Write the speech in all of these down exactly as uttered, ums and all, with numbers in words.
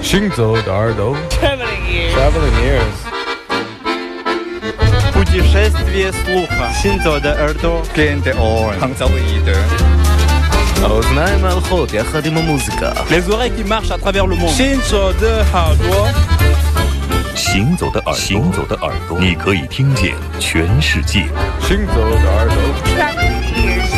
行走的耳朵 Traveling ears. Traveling ears Путешествие слуха. Синзо de耳朵. Cliente on. 항자우이드. האוזניים ההלכות יחד עם המוזיקה. Les oreilles qui marchent à travers le monde. Shinzo de Hardware. 行走的耳朵，行走的耳朵，你可以听见全世界。 行走的耳朵 Traveling ears.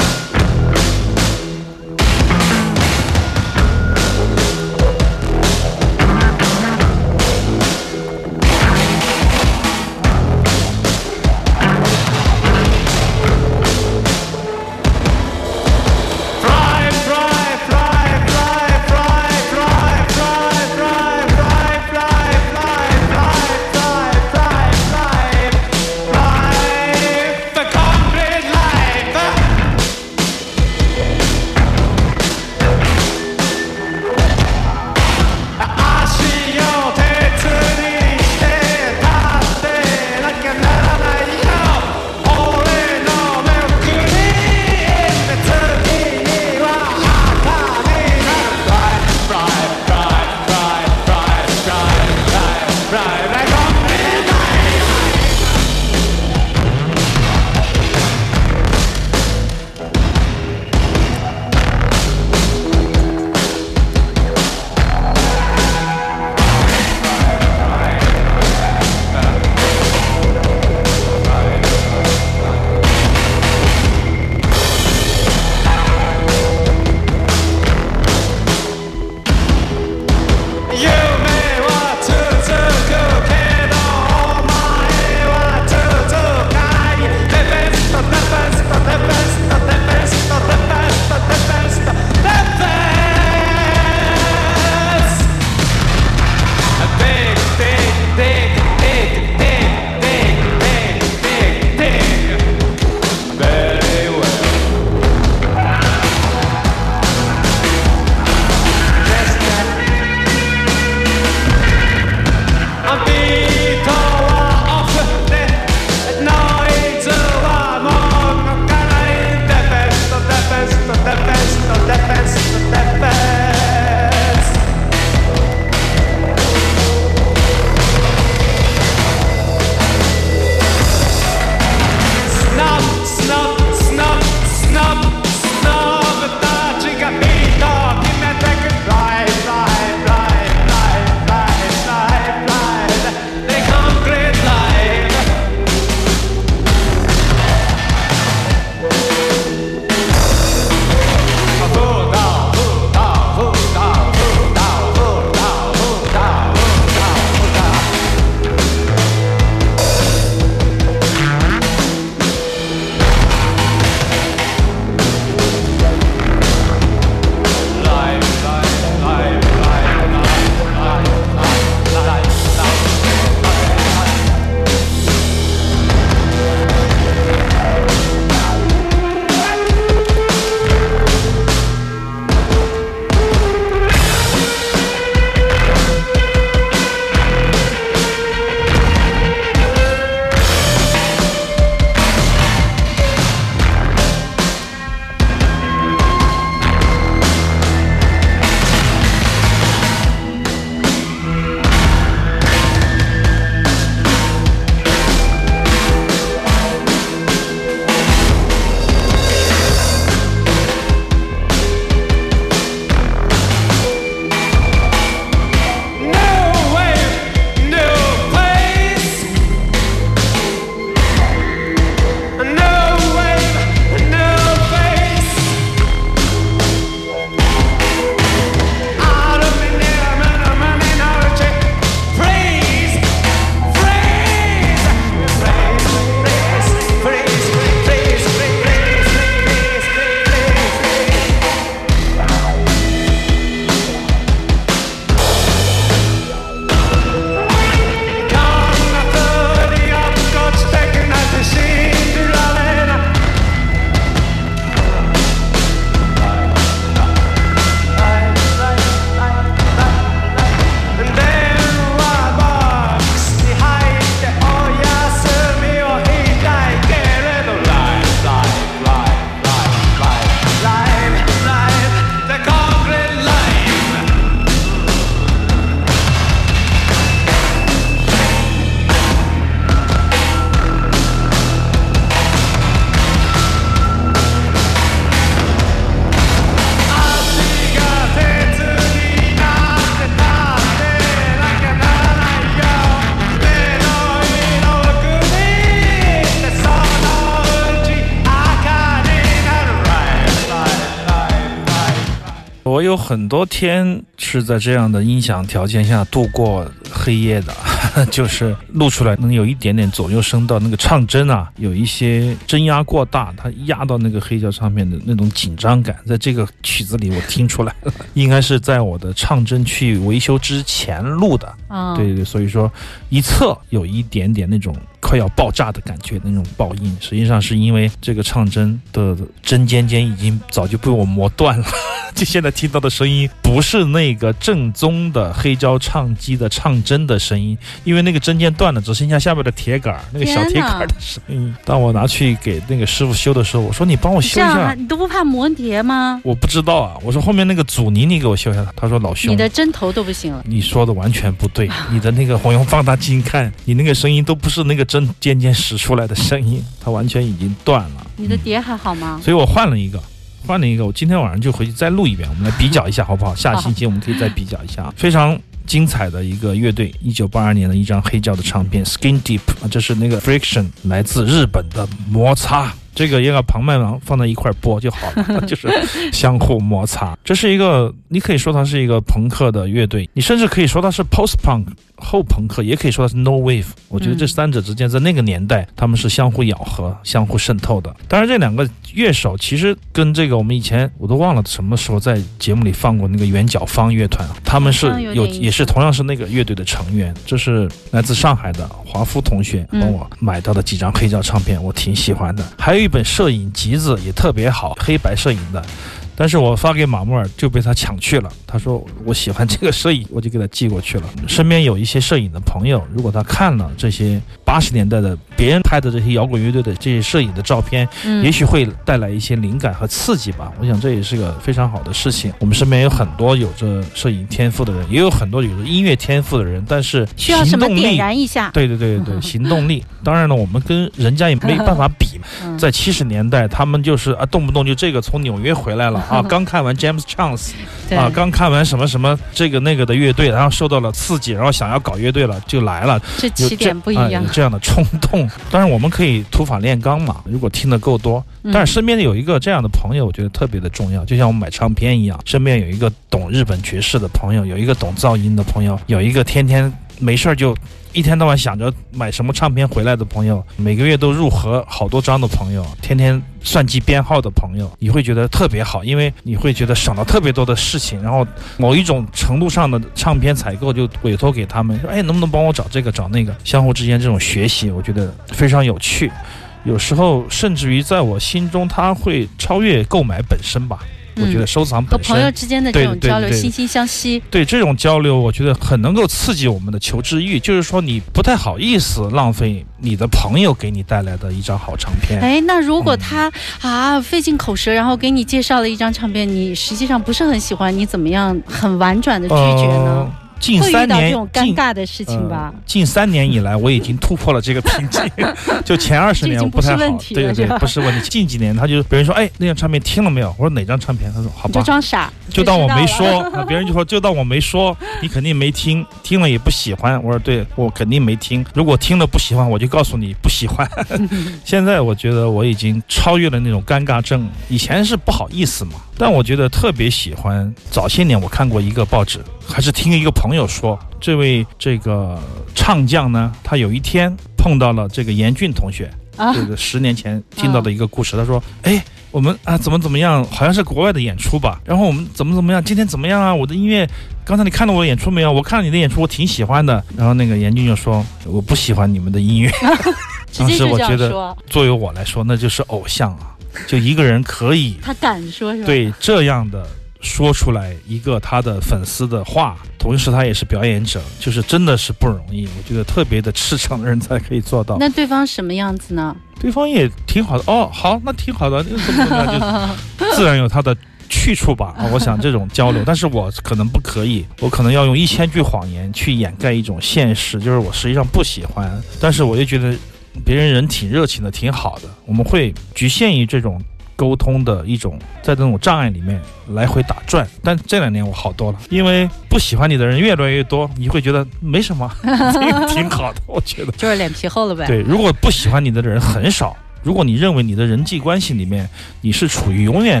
我有很多天是在这样的音响条件下度过黑夜的，就是录出来能有一点点左右声道，那个唱针啊有一些针压过大，它压到那个黑胶唱片的那种紧张感，在这个曲子里我听出来了，应该是在我的唱针去维修之前录的。 哦、 对对对，所以说一侧有一点点那种快要爆炸的感觉，那种爆音，实际上是因为这个唱针的针尖尖已经早就被我磨断了，就现在听到的声音不是那个正宗的黑胶唱机的唱针的声音，因为那个针尖断了，只剩下下面的铁杆，那个小铁杆的声音。当我拿去给那个师傅修的时候，我说你帮我修一下， 你都不怕磨碟吗？ 我不知道啊，我说后面那个阻尼你给我修一下，他说老兄， 你的针头都不行了。 你说的完全不对，你的那个我用放大镜看，你那个声音都不是那个针尖尖使出来的声音，它完全已经断了。 你的碟还好吗？ 嗯、所以我换了一个。换了一个，我今天晚上就回去再录一遍，我们来比较一下好不好？下星期我们可以再比较一下，非常精彩的一个乐队，一九八二年的一张黑胶的唱片 Skin Deep， 这是那个 Friction 来自日本的摩擦，这个也把庞麦郎放在一块播就好了，就是相互摩擦。这是一个，你可以说它是一个朋克的乐队，你甚至可以说它是 post punk 后朋克，也可以说它是 no wave。我觉得这三者之间在那个年代他们是相互咬合、相互渗透的。当然，这两个乐手其实跟这个我们以前我都忘了什么时候在节目里放过那个圆角方乐团，他们是有也是同样是那个乐队的成员。这是来自上海的华夫同学帮我买到的几张黑胶唱片，我挺喜欢的。还有一本摄影集子也特别好，黑白摄影的。但是我发给马木尔就被他抢去了，他说我喜欢这个摄影，我就给他寄过去了。身边有一些摄影的朋友，如果他看了这些八十年代的别人拍的这些摇滚乐队的这些摄影的照片、嗯、也许会带来一些灵感和刺激吧。我想这也是个非常好的事情。我们身边有很多有着摄影天赋的人，也有很多有着音乐天赋的人，但是需要什么点燃一下。 对对对对，行动力。当然了，我们跟人家也没办法比嘛。在七十年代，他们就是啊，动不动就这个从纽约回来了啊，刚看完 James Chance 啊，刚看完什么什么这个那个的乐队，然后受到了刺激，然后想要搞乐队了，就来了。 这起点不一样， 有 这,、啊、有这样的冲动。当然，我们可以土法炼钢嘛，如果听得够多。但是身边有一个这样的朋友，我觉得特别的重要，就像我们买唱片一样，身边有一个懂日本爵士的朋友，有一个懂噪音的朋友，有一个天天没事就一天到晚想着买什么唱片回来的朋友，每个月都入盒好多张的朋友，天天算计编号的朋友，你会觉得特别好，因为你会觉得省了特别多的事情，然后某一种程度上的唱片采购就委托给他们，说哎能不能帮我找这个找那个，相互之间这种学习我觉得非常有趣，有时候甚至于在我心中它会超越购买本身吧。我觉得收藏本身、嗯、 和朋友之间的这种交流惺惺相惜， 对这种交流我觉得很能够刺激我们的求知欲，就是说你不太好意思浪费你的朋友给你带来的一张好唱片。 哎，那如果他、嗯、啊费尽口舌然后给你介绍了一张唱片，你实际上不是很喜欢，你怎么样很婉转的拒绝呢？呃近三年会遇到这种尴尬的事情吧、 呃、近三年以来我已经突破了这个瓶颈就前二十年我不太好，对对对，不是问题。近几年他就别人说哎那张唱片听了没有，我说哪张唱片，他说好吧， 你就装傻， 就当我没说别人就说就当我没说，你肯定没听，听了也不喜欢。我说对，我肯定没听，如果听了不喜欢我就告诉你不喜欢现在我觉得我已经超越了那种尴尬症，以前是不好意思嘛，但我觉得特别喜欢。早些年我看过一个报纸，还是听一个朋友说，这位这个唱将呢，他有一天碰到了这个严俊同学，啊、这个十年前听到的一个故事。啊、他说：“哎，我们啊怎么怎么样，好像是国外的演出吧？然后我们怎么怎么样，今天怎么样啊？我的音乐，刚才你看到我的演出没有？我看了你的演出，我挺喜欢的。”然后那个严俊就说：“我不喜欢你们的音乐。啊”当时我觉得，作为我来说，那就是偶像啊。就一个人可以， 他敢说是吧？ 对，这样的说出来一个他的粉丝的话，同时他也是表演者，就是真的是不容易。我觉得特别的赤诚的人才可以做到。 那对方什么样子呢？ 对方也挺好的哦，好，那挺好的，怎么怎么样，就自然有他的去处吧。啊，我想这种交流，但是我可能不可以，我可能要用一千句谎言去掩盖一种现实，就是我实际上不喜欢，但是我又觉得别人人挺热情的，挺好的。我们会局限于这种沟通的一种，在这种障碍里面来回打转。但这两年我好多了，因为不喜欢你的人越来越多，你会觉得没什么，这个挺好的，我觉得就是脸皮厚了呗。 对，如果不喜欢你的人很少，如果你认为你的人际关系里面你是处于永远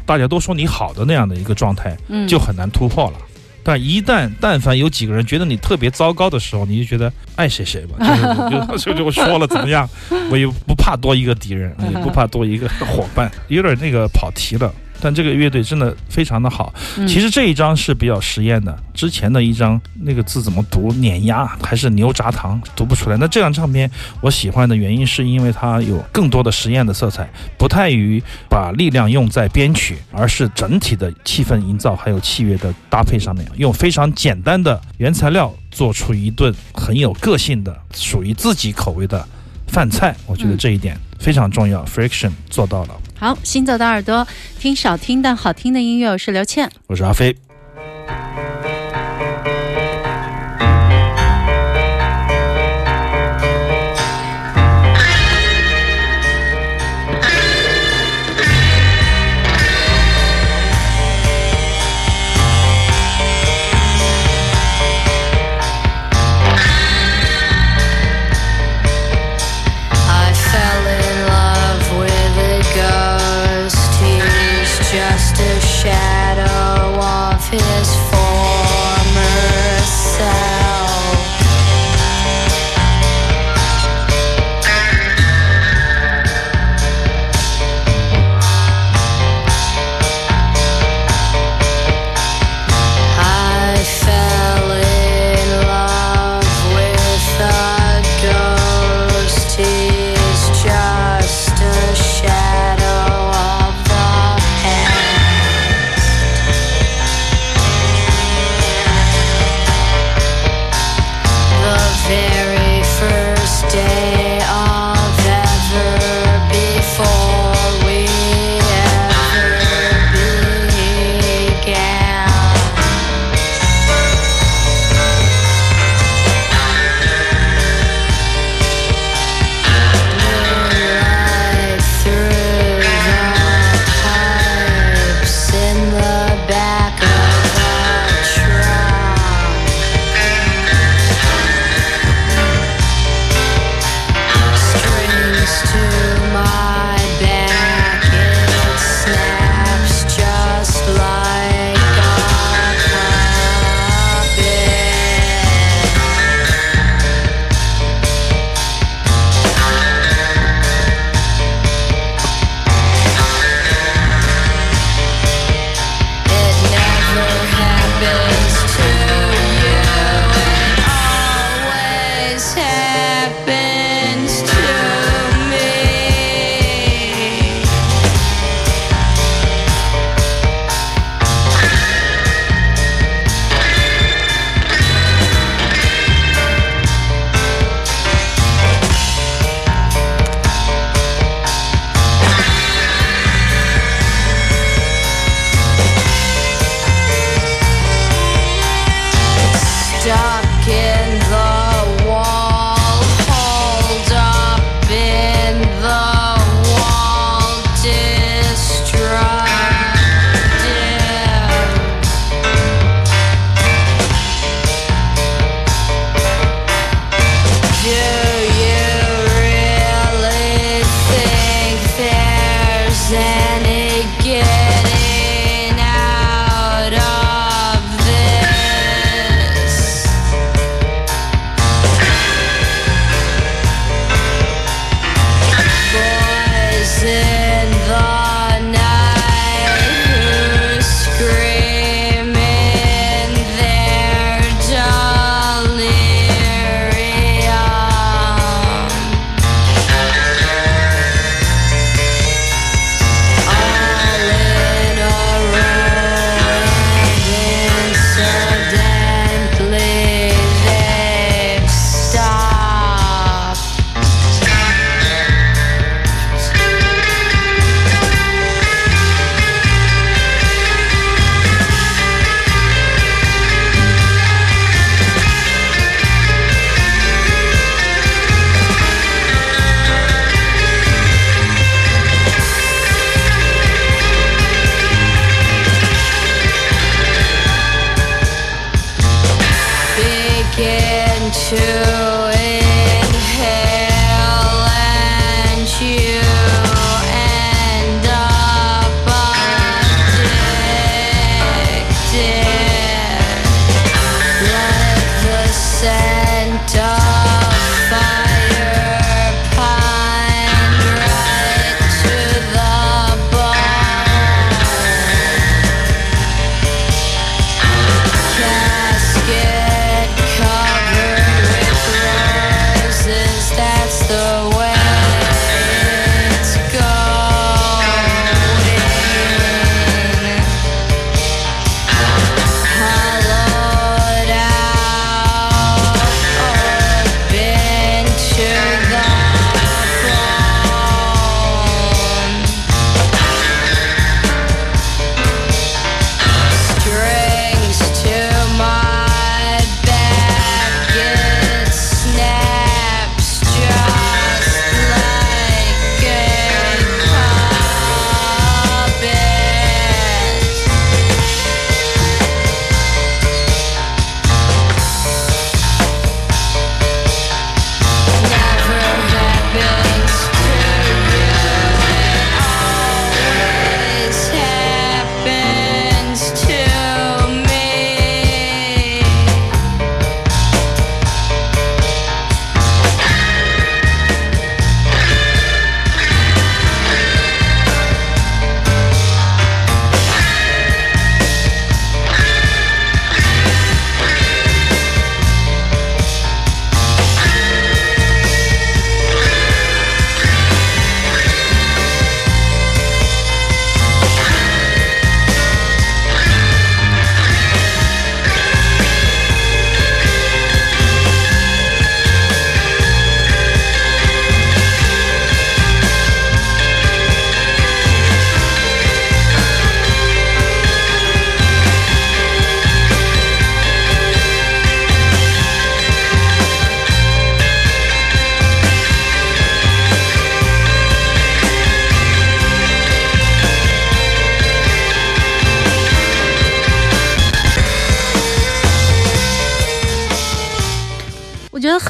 大家都说你好的那样的一个状态， 嗯就很难突破了。但一旦但凡有几个人觉得你特别糟糕的时候，你就觉得爱谁谁吧，就是就就就说了怎么样，我也不怕多一个敌人，也不怕多一个伙伴，有点那个跑题了。但这个乐队真的非常的好。 嗯其实这一张是比较实验的，之前的一张那个字怎么读，碾压还是牛轧糖，读不出来。那这张唱片我喜欢的原因是因为它有更多的实验的色彩，不太于把力量用在编曲，而是整体的气氛营造还有器乐的搭配上面，用非常简单的原材料做出一顿很有个性的属于自己口味的饭菜。我觉得这一点非常重要。 Friction 做到了。 好，行走的耳朵，听少听但好听的音乐，我是刘倩。 我是阿飞。 his former self. I fell in love with a ghost. He's just a shadow of the past.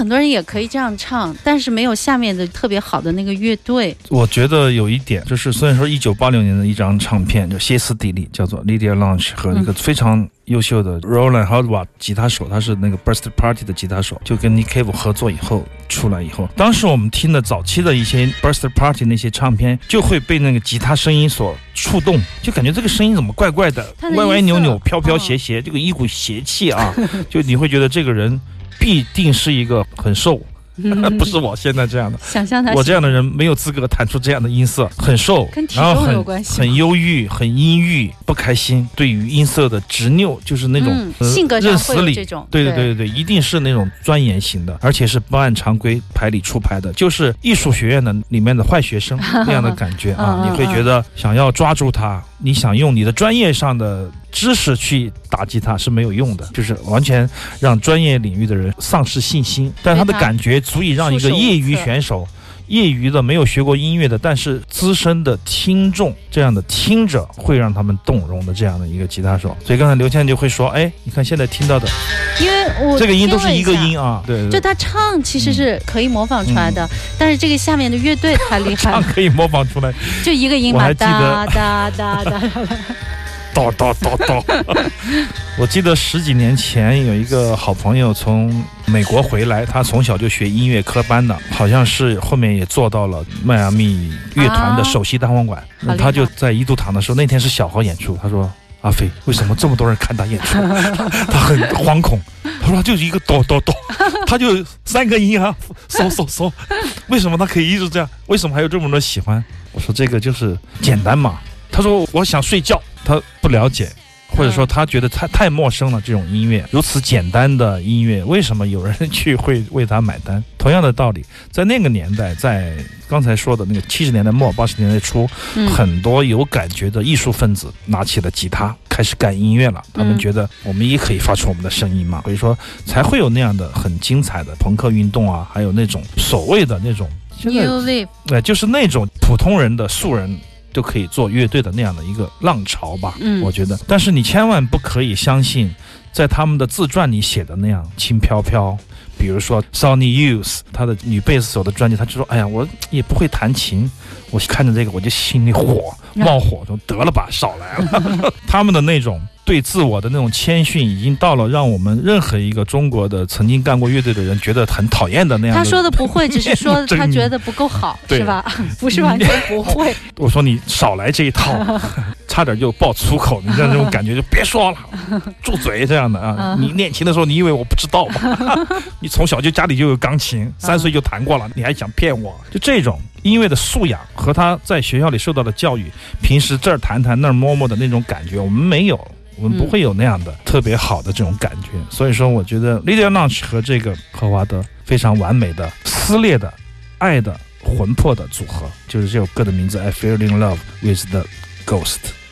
很多人也可以这样唱，但是没有下面的特别好的那个乐队。 我觉得有一点就是，虽然说一九八六年的一张唱片就歇斯底里，叫做 Lydia Lunch 和一个非常优秀的 Roland Howard 吉他手，他是那个 Birthday Party 的吉他手，就跟 Nick Cave 合作以后出来以后，当时我们听的早期的一些 Birthday Party 那些唱片，就会被那个吉他声音所触动，就感觉这个声音怎么怪怪的，歪歪扭扭、飘飘斜斜，这个一股邪气啊，就你会觉得这个人必定是一个很瘦。不是我现在这样的， 想象他， 我这样的人没有资格弹出这样的音色，很瘦， 跟体重有关系， 很忧郁，很阴郁，不开心，对于音色的执拗，就是那种、 嗯呃、性格上会有这种， 对对对对对，一定是那种钻研型的，而且是不按常规牌理出牌的，就是艺术学院的里面的坏学生那样的感觉啊，你会觉得想要抓住他，你想用你的专业上的知识去打击他是没有用的，就是完全让专业领域的人丧失信心，但他的感觉足以让一个业余选手，业余的没有学过音乐的，但是资深的听众这样的听着会让他们动容的这样的一个吉他手。所以刚才刘谦就会说，哎，你看现在听到的， 因为我这个音都是一个音啊，对, 对, 对， 就他唱其实是可以模仿出来的，嗯、但是这个下面的乐队太厉害了， 唱可以模仿出来， 就一个音嘛，哒哒哒哒。 叨叨叨叨！我记得十几年前有一个好朋友从美国回来，他从小就学音乐科班的，好像是后面也做到了迈阿密乐团的首席单簧管。啊、他就在一度堂的时候，那天是小号演出，他说：“阿飞，为什么这么多人看他演出？”他很惶恐。他说：“他就是一个哆哆哆，他就三个音啊，嗖嗖嗖。为什么他可以一直这样？为什么还有这么多人喜欢？”我说：“这个就是简单嘛。”他说：“我想睡觉。”他不了解，或者说他觉得太太陌生了。这种音乐如此简单的音乐，为什么有人去会为他买单？同样的道理，在那个年代，在刚才说的那个七十年代末八十年代初、嗯、很多有感觉的艺术分子拿起了吉他开始干音乐了，他们觉得我们也可以发出我们的声音嘛，所以说才会有那样的很精彩的朋克运动啊，还有那种所谓的那种 New Wave， 呃，就是那种普通人的素人就可以做乐队的那样的一个浪潮吧、嗯、我觉得。但是你千万不可以相信在他们的自传里写的那样轻飘飘。比如说 Sonny Youth 他的女贝斯手的专辑，他就说，哎呀，我也不会弹琴，我看着这个我就心里火冒火，说得了吧，少来了。他们的那种对自我的那种谦逊，已经到了让我们任何一个中国的曾经干过乐队的人觉得很讨厌的那样的。 他说的不会，只是说他觉得不够好，是吧？不是完全不会。 我说你少来这一套，差点就爆粗口，你知道这种感觉就别说了，住嘴这样的啊！你练琴的时候，你以为我不知道吗？你从小就家里就有钢琴，三岁就弹过了，你还想骗我？就这种音乐的素养和他在学校里受到的教育，平时这儿弹弹那儿摸摸的那种感觉，我们没有。我们不会有那样的、嗯、特别好的这种感觉，所以说我觉得 Lydia Lunch 和这个霍华德非常完美的撕裂的爱的魂魄的组合，就是这首歌的名字 I Fell in Love with the Ghost。